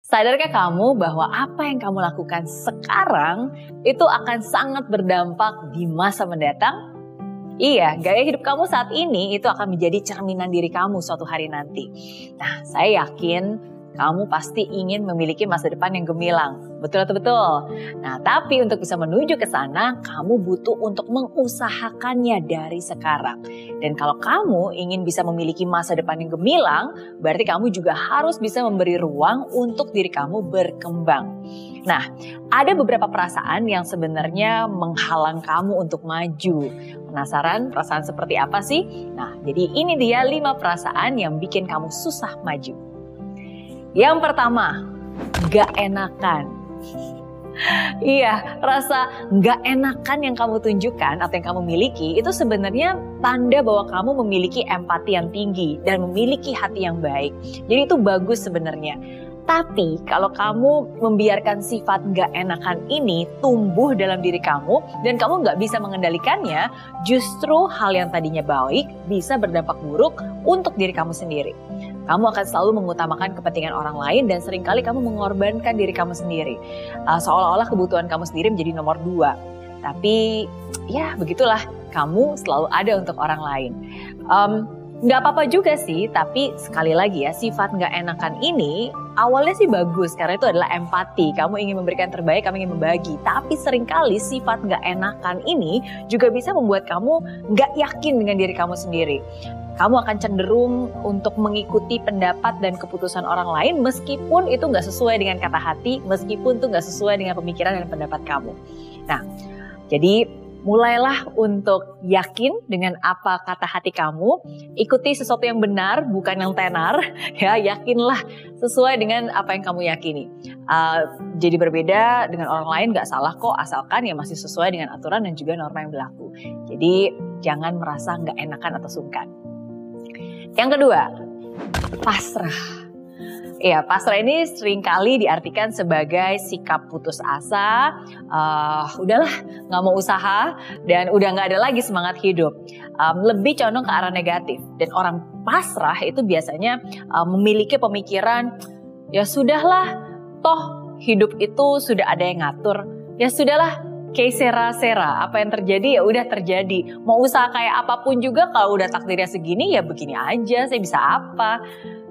Sadarkah kamu bahwa apa yang kamu lakukan sekarang itu akan sangat berdampak di masa mendatang? Iya, gaya hidup kamu saat ini itu akan menjadi cerminan diri kamu suatu hari nanti. Nah, saya yakin kamu pasti ingin memiliki masa depan yang gemilang. Betul atau betul? Nah, tapi untuk bisa menuju ke sana, kamu butuh untuk mengusahakannya dari sekarang. Dan kalau kamu ingin bisa memiliki masa depan yang gemilang, berarti kamu juga harus bisa memberi ruang untuk diri kamu berkembang. Nah, ada beberapa perasaan yang sebenarnya menghalang kamu untuk maju. Penasaran perasaan seperti apa sih? Nah, jadi ini dia 5 perasaan yang bikin kamu susah maju. Yang pertama, gak enakan. Iya, rasa gak enakan yang kamu tunjukkan atau yang kamu miliki itu sebenarnya tanda bahwa kamu memiliki empati yang tinggi dan memiliki hati yang baik. Jadi itu bagus sebenarnya. Tapi kalau kamu membiarkan sifat gak enakan ini tumbuh dalam diri kamu dan kamu gak bisa mengendalikannya, justru hal yang tadinya baik bisa berdampak buruk untuk diri kamu sendiri. Kamu akan selalu mengutamakan kepentingan orang lain dan seringkali kamu mengorbankan diri kamu sendiri. Seolah-olah kebutuhan kamu sendiri menjadi nomor 2. Tapi ya begitulah, kamu selalu ada untuk orang lain. Nggak apa-apa juga sih, tapi sekali lagi ya, sifat nggak enakan ini awalnya sih bagus karena itu adalah empati. Kamu ingin memberikan terbaik, kamu ingin membagi. Tapi seringkali sifat nggak enakan ini juga bisa membuat kamu nggak yakin dengan diri kamu sendiri. Kamu akan cenderung untuk mengikuti pendapat dan keputusan orang lain meskipun itu nggak sesuai dengan kata hati, meskipun itu nggak sesuai dengan pemikiran dan pendapat kamu. Nah, jadi mulailah untuk yakin dengan apa kata hati kamu, ikuti sesuatu yang benar, bukan yang tenar, ya, yakinlah sesuai dengan apa yang kamu yakini. Jadi berbeda dengan orang lain gak salah kok, asalkan ya masih sesuai dengan aturan dan juga norma yang berlaku. Jadi jangan merasa gak enakan atau sungkan. Yang kedua, pasrah. Ya, pasrah ini seringkali diartikan sebagai sikap putus asa, udahlah gak mau usaha, dan udah gak ada lagi semangat hidup. Lebih condong ke arah negatif. Dan orang pasrah itu biasanya memiliki pemikiran, ya sudahlah, toh hidup itu sudah ada yang ngatur. Ya sudahlah, kayak sera-sera, apa yang terjadi ya udah terjadi. Mau usaha kayak apapun juga kalau udah takdirnya segini ya begini aja, saya bisa apa.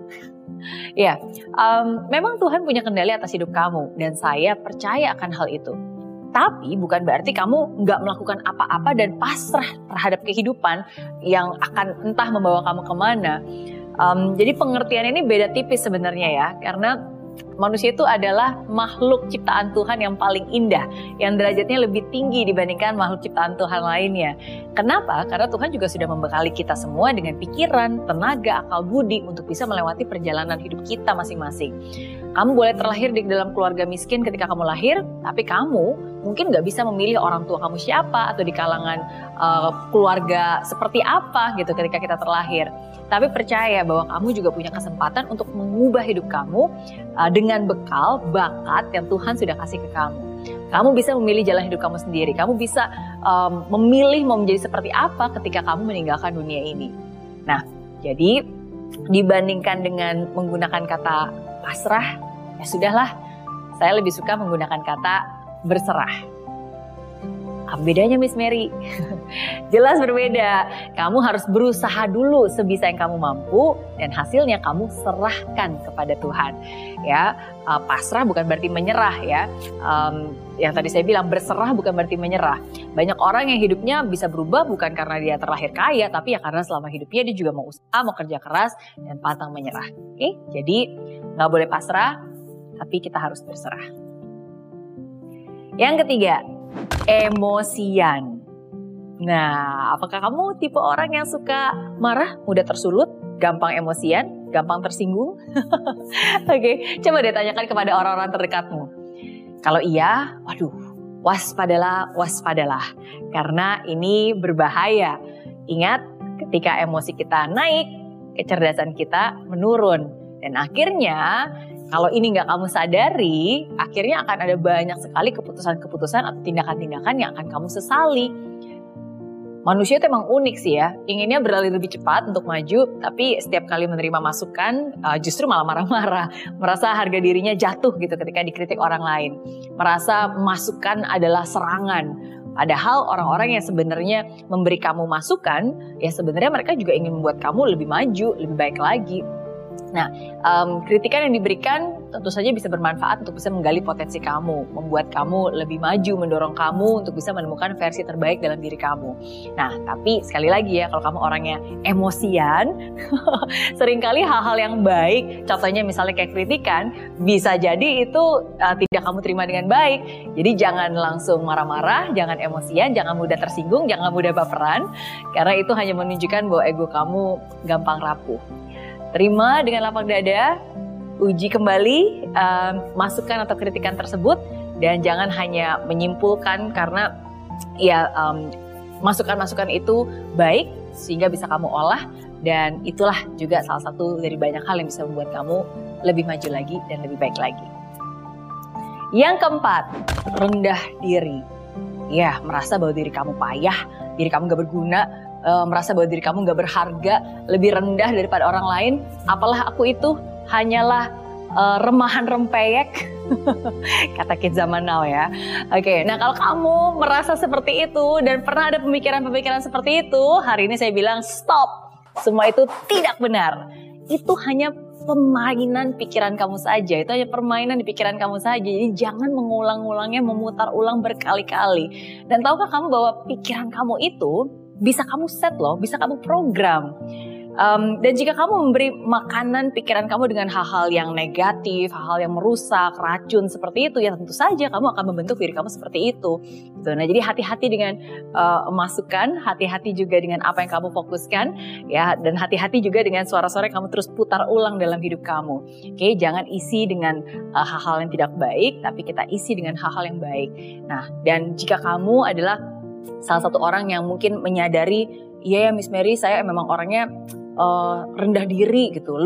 Ya, memang Tuhan punya kendali atas hidup kamu dan saya percaya akan hal itu. Tapi bukan berarti kamu nggak melakukan apa-apa dan pasrah terhadap kehidupan yang akan entah membawa kamu kemana. Jadi pengertian ini beda tipis sebenarnya ya, karena manusia itu adalah makhluk ciptaan Tuhan yang paling indah, yang derajatnya lebih tinggi dibandingkan makhluk ciptaan Tuhan lainnya. Kenapa? Karena Tuhan juga sudah membekali kita semua dengan pikiran, tenaga, akal budi untuk bisa melewati perjalanan hidup kita masing-masing. Kamu boleh terlahir di dalam keluarga miskin ketika kamu lahir, tapi kamu mungkin gak bisa memilih orang tua kamu siapa atau di kalangan keluarga seperti apa gitu ketika kita terlahir. Tapi percaya bahwa kamu juga punya kesempatan untuk mengubah hidup kamu dengan bekal, bakat yang Tuhan sudah kasih ke kamu. Kamu bisa memilih jalan hidup kamu sendiri. Kamu bisa memilih mau menjadi seperti apa ketika kamu meninggalkan dunia ini. Nah, jadi dibandingkan dengan menggunakan kata pasrah, ya sudahlah, saya lebih suka menggunakan kata berserah. Apa bedanya Miss Mary? Jelas berbeda. Kamu harus berusaha dulu sebisa yang kamu mampu dan hasilnya kamu serahkan kepada Tuhan. Ya, pasrah bukan berarti menyerah ya. Yang tadi saya bilang berserah bukan berarti menyerah. Banyak orang yang hidupnya bisa berubah bukan karena dia terlahir kaya, tapi ya karena selama hidupnya dia juga mau usaha, mau kerja keras dan pantang menyerah. Oke? Jadi nggak boleh pasrah, tapi kita harus berserah. Yang ketiga, emosian. Nah, apakah kamu tipe orang yang suka marah, mudah tersulut, gampang emosian, gampang tersinggung? Oke, coba deh tanyakan kepada orang-orang terdekatmu. Kalau iya, waduh, waspadalah, waspadalah. Karena ini berbahaya. Ingat, ketika emosi kita naik, kecerdasan kita menurun. Dan akhirnya, kalau ini nggak kamu sadari, akhirnya akan ada banyak sekali keputusan-keputusan atau tindakan-tindakan yang akan kamu sesali. Manusia itu emang unik sih ya, inginnya berlari lebih cepat untuk maju, tapi setiap kali menerima masukan justru malah marah-marah, merasa harga dirinya jatuh gitu ketika dikritik orang lain, merasa masukan adalah serangan. Padahal orang-orang yang sebenarnya memberi kamu masukan, ya sebenarnya mereka juga ingin membuat kamu lebih maju, lebih baik lagi. Nah, kritikan yang diberikan tentu saja bisa bermanfaat untuk bisa menggali potensi kamu, membuat kamu lebih maju, mendorong kamu untuk bisa menemukan versi terbaik dalam diri kamu. Nah, tapi sekali lagi ya, kalau kamu orangnya emosian, seringkali hal-hal yang baik, contohnya misalnya kayak kritikan, bisa jadi itu tidak kamu terima dengan baik. Jadi jangan langsung marah-marah, jangan emosian, jangan mudah tersinggung, jangan mudah baperan, karena itu hanya menunjukkan bahwa ego kamu gampang rapuh. Terima dengan lapang dada, uji kembali masukan atau kritikan tersebut, dan jangan hanya menyimpulkan karena ya masukan-masukan itu baik sehingga bisa kamu olah, dan itulah juga salah satu dari banyak hal yang bisa membuat kamu lebih maju lagi dan lebih baik lagi. Yang keempat, rendah diri. Ya, merasa bahwa diri kamu payah, diri kamu gak berguna, merasa bahwa diri kamu gak berharga, lebih rendah daripada orang lain. Apalah aku itu, hanyalah remahan rempeyek, kata kids zaman now ya. Oke, nah kalau kamu merasa seperti itu dan pernah ada pemikiran-pemikiran seperti itu, hari ini saya bilang stop. Semua itu tidak benar. Itu hanya permainan pikiran kamu saja, itu hanya permainan di pikiran kamu saja. Jadi jangan mengulang-ulangnya, memutar ulang berkali-kali. Dan tahukah kamu bahwa pikiran kamu itu bisa kamu set loh, bisa kamu program. Dan jika kamu memberi makanan pikiran kamu dengan hal-hal yang negatif, hal-hal yang merusak, racun seperti itu, ya tentu saja kamu akan membentuk diri kamu seperti itu. Gitu. Nah, jadi hati-hati dengan masukan, hati-hati juga dengan apa yang kamu fokuskan, ya, dan hati-hati juga dengan suara-suara yang kamu terus putar ulang dalam hidup kamu. Oke, jangan isi dengan hal-hal yang tidak baik, tapi kita isi dengan hal-hal yang baik. Nah, dan jika kamu adalah salah satu orang yang mungkin menyadari, iya ya Miss Mary, saya memang orangnya rendah diri gitu,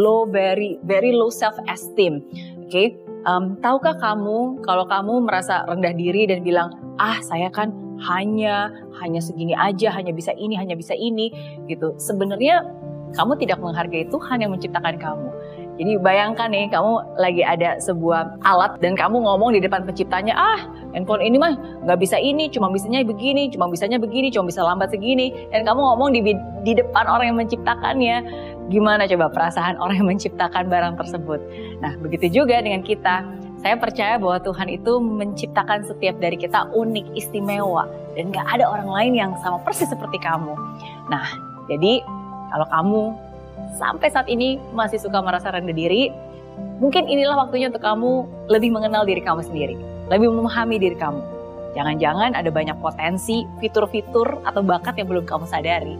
very low self esteem. Oke, tahukah kamu kalau kamu merasa rendah diri dan bilang, saya kan hanya segini aja, hanya bisa ini gitu. Sebenarnya kamu tidak menghargai Tuhan yang menciptakan kamu. Jadi bayangkan nih, kamu lagi ada sebuah alat dan kamu ngomong di depan penciptanya, handphone ini mah nggak bisa ini, cuma bisanya begini, cuma bisanya begini, cuma bisa lambat segini. Dan kamu ngomong di depan orang yang menciptakannya. Gimana coba perasaan orang yang menciptakan barang tersebut? Nah, begitu juga dengan kita. Saya percaya bahwa Tuhan itu menciptakan setiap dari kita unik, istimewa. Dan nggak ada orang lain yang sama persis seperti kamu. Nah, jadi kalau kamu sampai saat ini masih suka merasa rendah diri, mungkin inilah waktunya untuk kamu lebih mengenal diri kamu sendiri, lebih memahami diri kamu. Jangan-jangan ada banyak potensi, fitur-fitur atau bakat yang belum kamu sadari.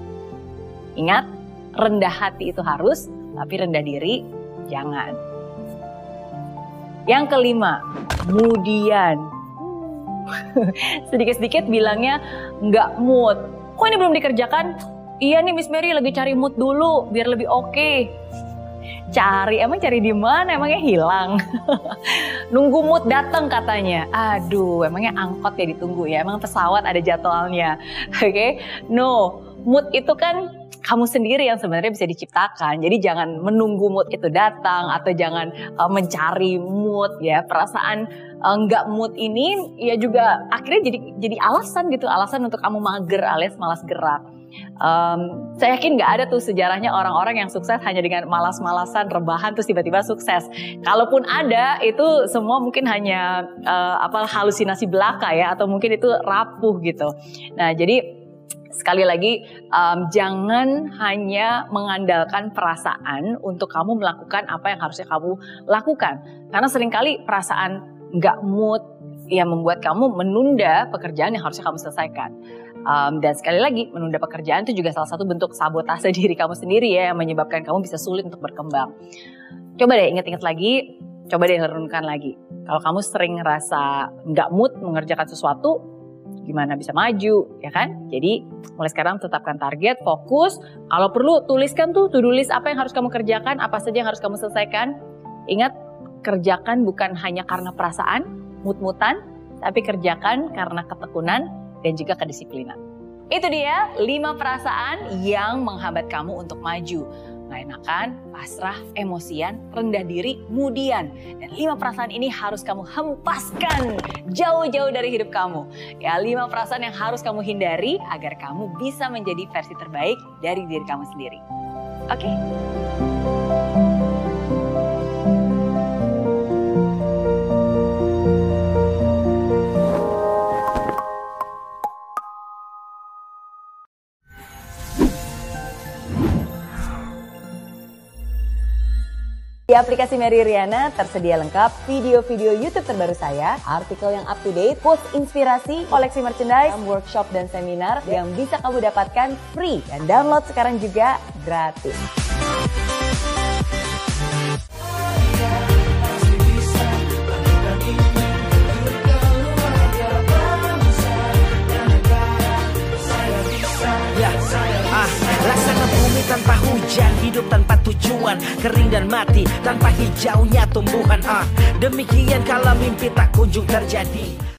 Ingat, rendah hati itu harus, tapi rendah diri jangan. Yang kelima, kemudian sedikit-sedikit bilangnya nggak mood. Kok ini belum dikerjakan? Iya nih Miss Mary lagi cari mood dulu biar lebih oke. Emang cari di mana? Emangnya hilang? Nunggu mood datang katanya. Aduh, emangnya angkot ya ditunggu ya? Emang pesawat ada jadwalnya? Oke? No, mood itu kan kamu sendiri yang sebenarnya bisa diciptakan. Jadi jangan menunggu mood itu datang atau jangan mencari mood ya. Perasaan enggak mood ini ya juga akhirnya jadi alasan gitu, alasan untuk kamu mager alias malas gerak. Saya yakin nggak ada tuh sejarahnya orang-orang yang sukses hanya dengan malas-malasan, rebahan terus tiba-tiba sukses. Kalaupun ada, itu semua mungkin hanya halusinasi belaka ya, atau mungkin itu rapuh gitu. Nah, jadi sekali lagi jangan hanya mengandalkan perasaan untuk kamu melakukan apa yang harusnya kamu lakukan. Karena seringkali perasaan nggak mood yang membuat kamu menunda pekerjaan yang harusnya kamu selesaikan. Dan sekali lagi, menunda pekerjaan itu juga salah satu bentuk sabotase diri kamu sendiri ya, yang menyebabkan kamu bisa sulit untuk berkembang. Coba deh ingat-ingat lagi, coba deh renungkan lagi. Kalau kamu sering ngerasa nggak mood mengerjakan sesuatu, gimana bisa maju, ya kan? Jadi mulai sekarang tetapkan target, fokus. Kalau perlu tuliskan tuh to-do list apa yang harus kamu kerjakan, apa saja yang harus kamu selesaikan. Ingat, kerjakan bukan hanya karena perasaan, mood-moodan, tapi kerjakan karena ketekunan dan juga kedisiplinan. Itu dia 5 perasaan yang menghambat kamu untuk maju. Nggak enakan, pasrah, emosian, rendah diri, kemudian. Dan 5 perasaan ini harus kamu hempaskan jauh-jauh dari hidup kamu. Ya, 5 perasaan yang harus kamu hindari agar kamu bisa menjadi versi terbaik dari diri kamu sendiri. Oke? Di aplikasi Mary Riana tersedia lengkap video-video YouTube terbaru saya, artikel yang up to date, post inspirasi, koleksi merchandise, workshop dan seminar yang bisa kamu dapatkan free dan download sekarang juga gratis. Laksana bumi tanpa hujan, hidup tanpa tujuan, kering dan mati tanpa hijaunya tumbuhan. Demikian kalau mimpi tak kunjung terjadi.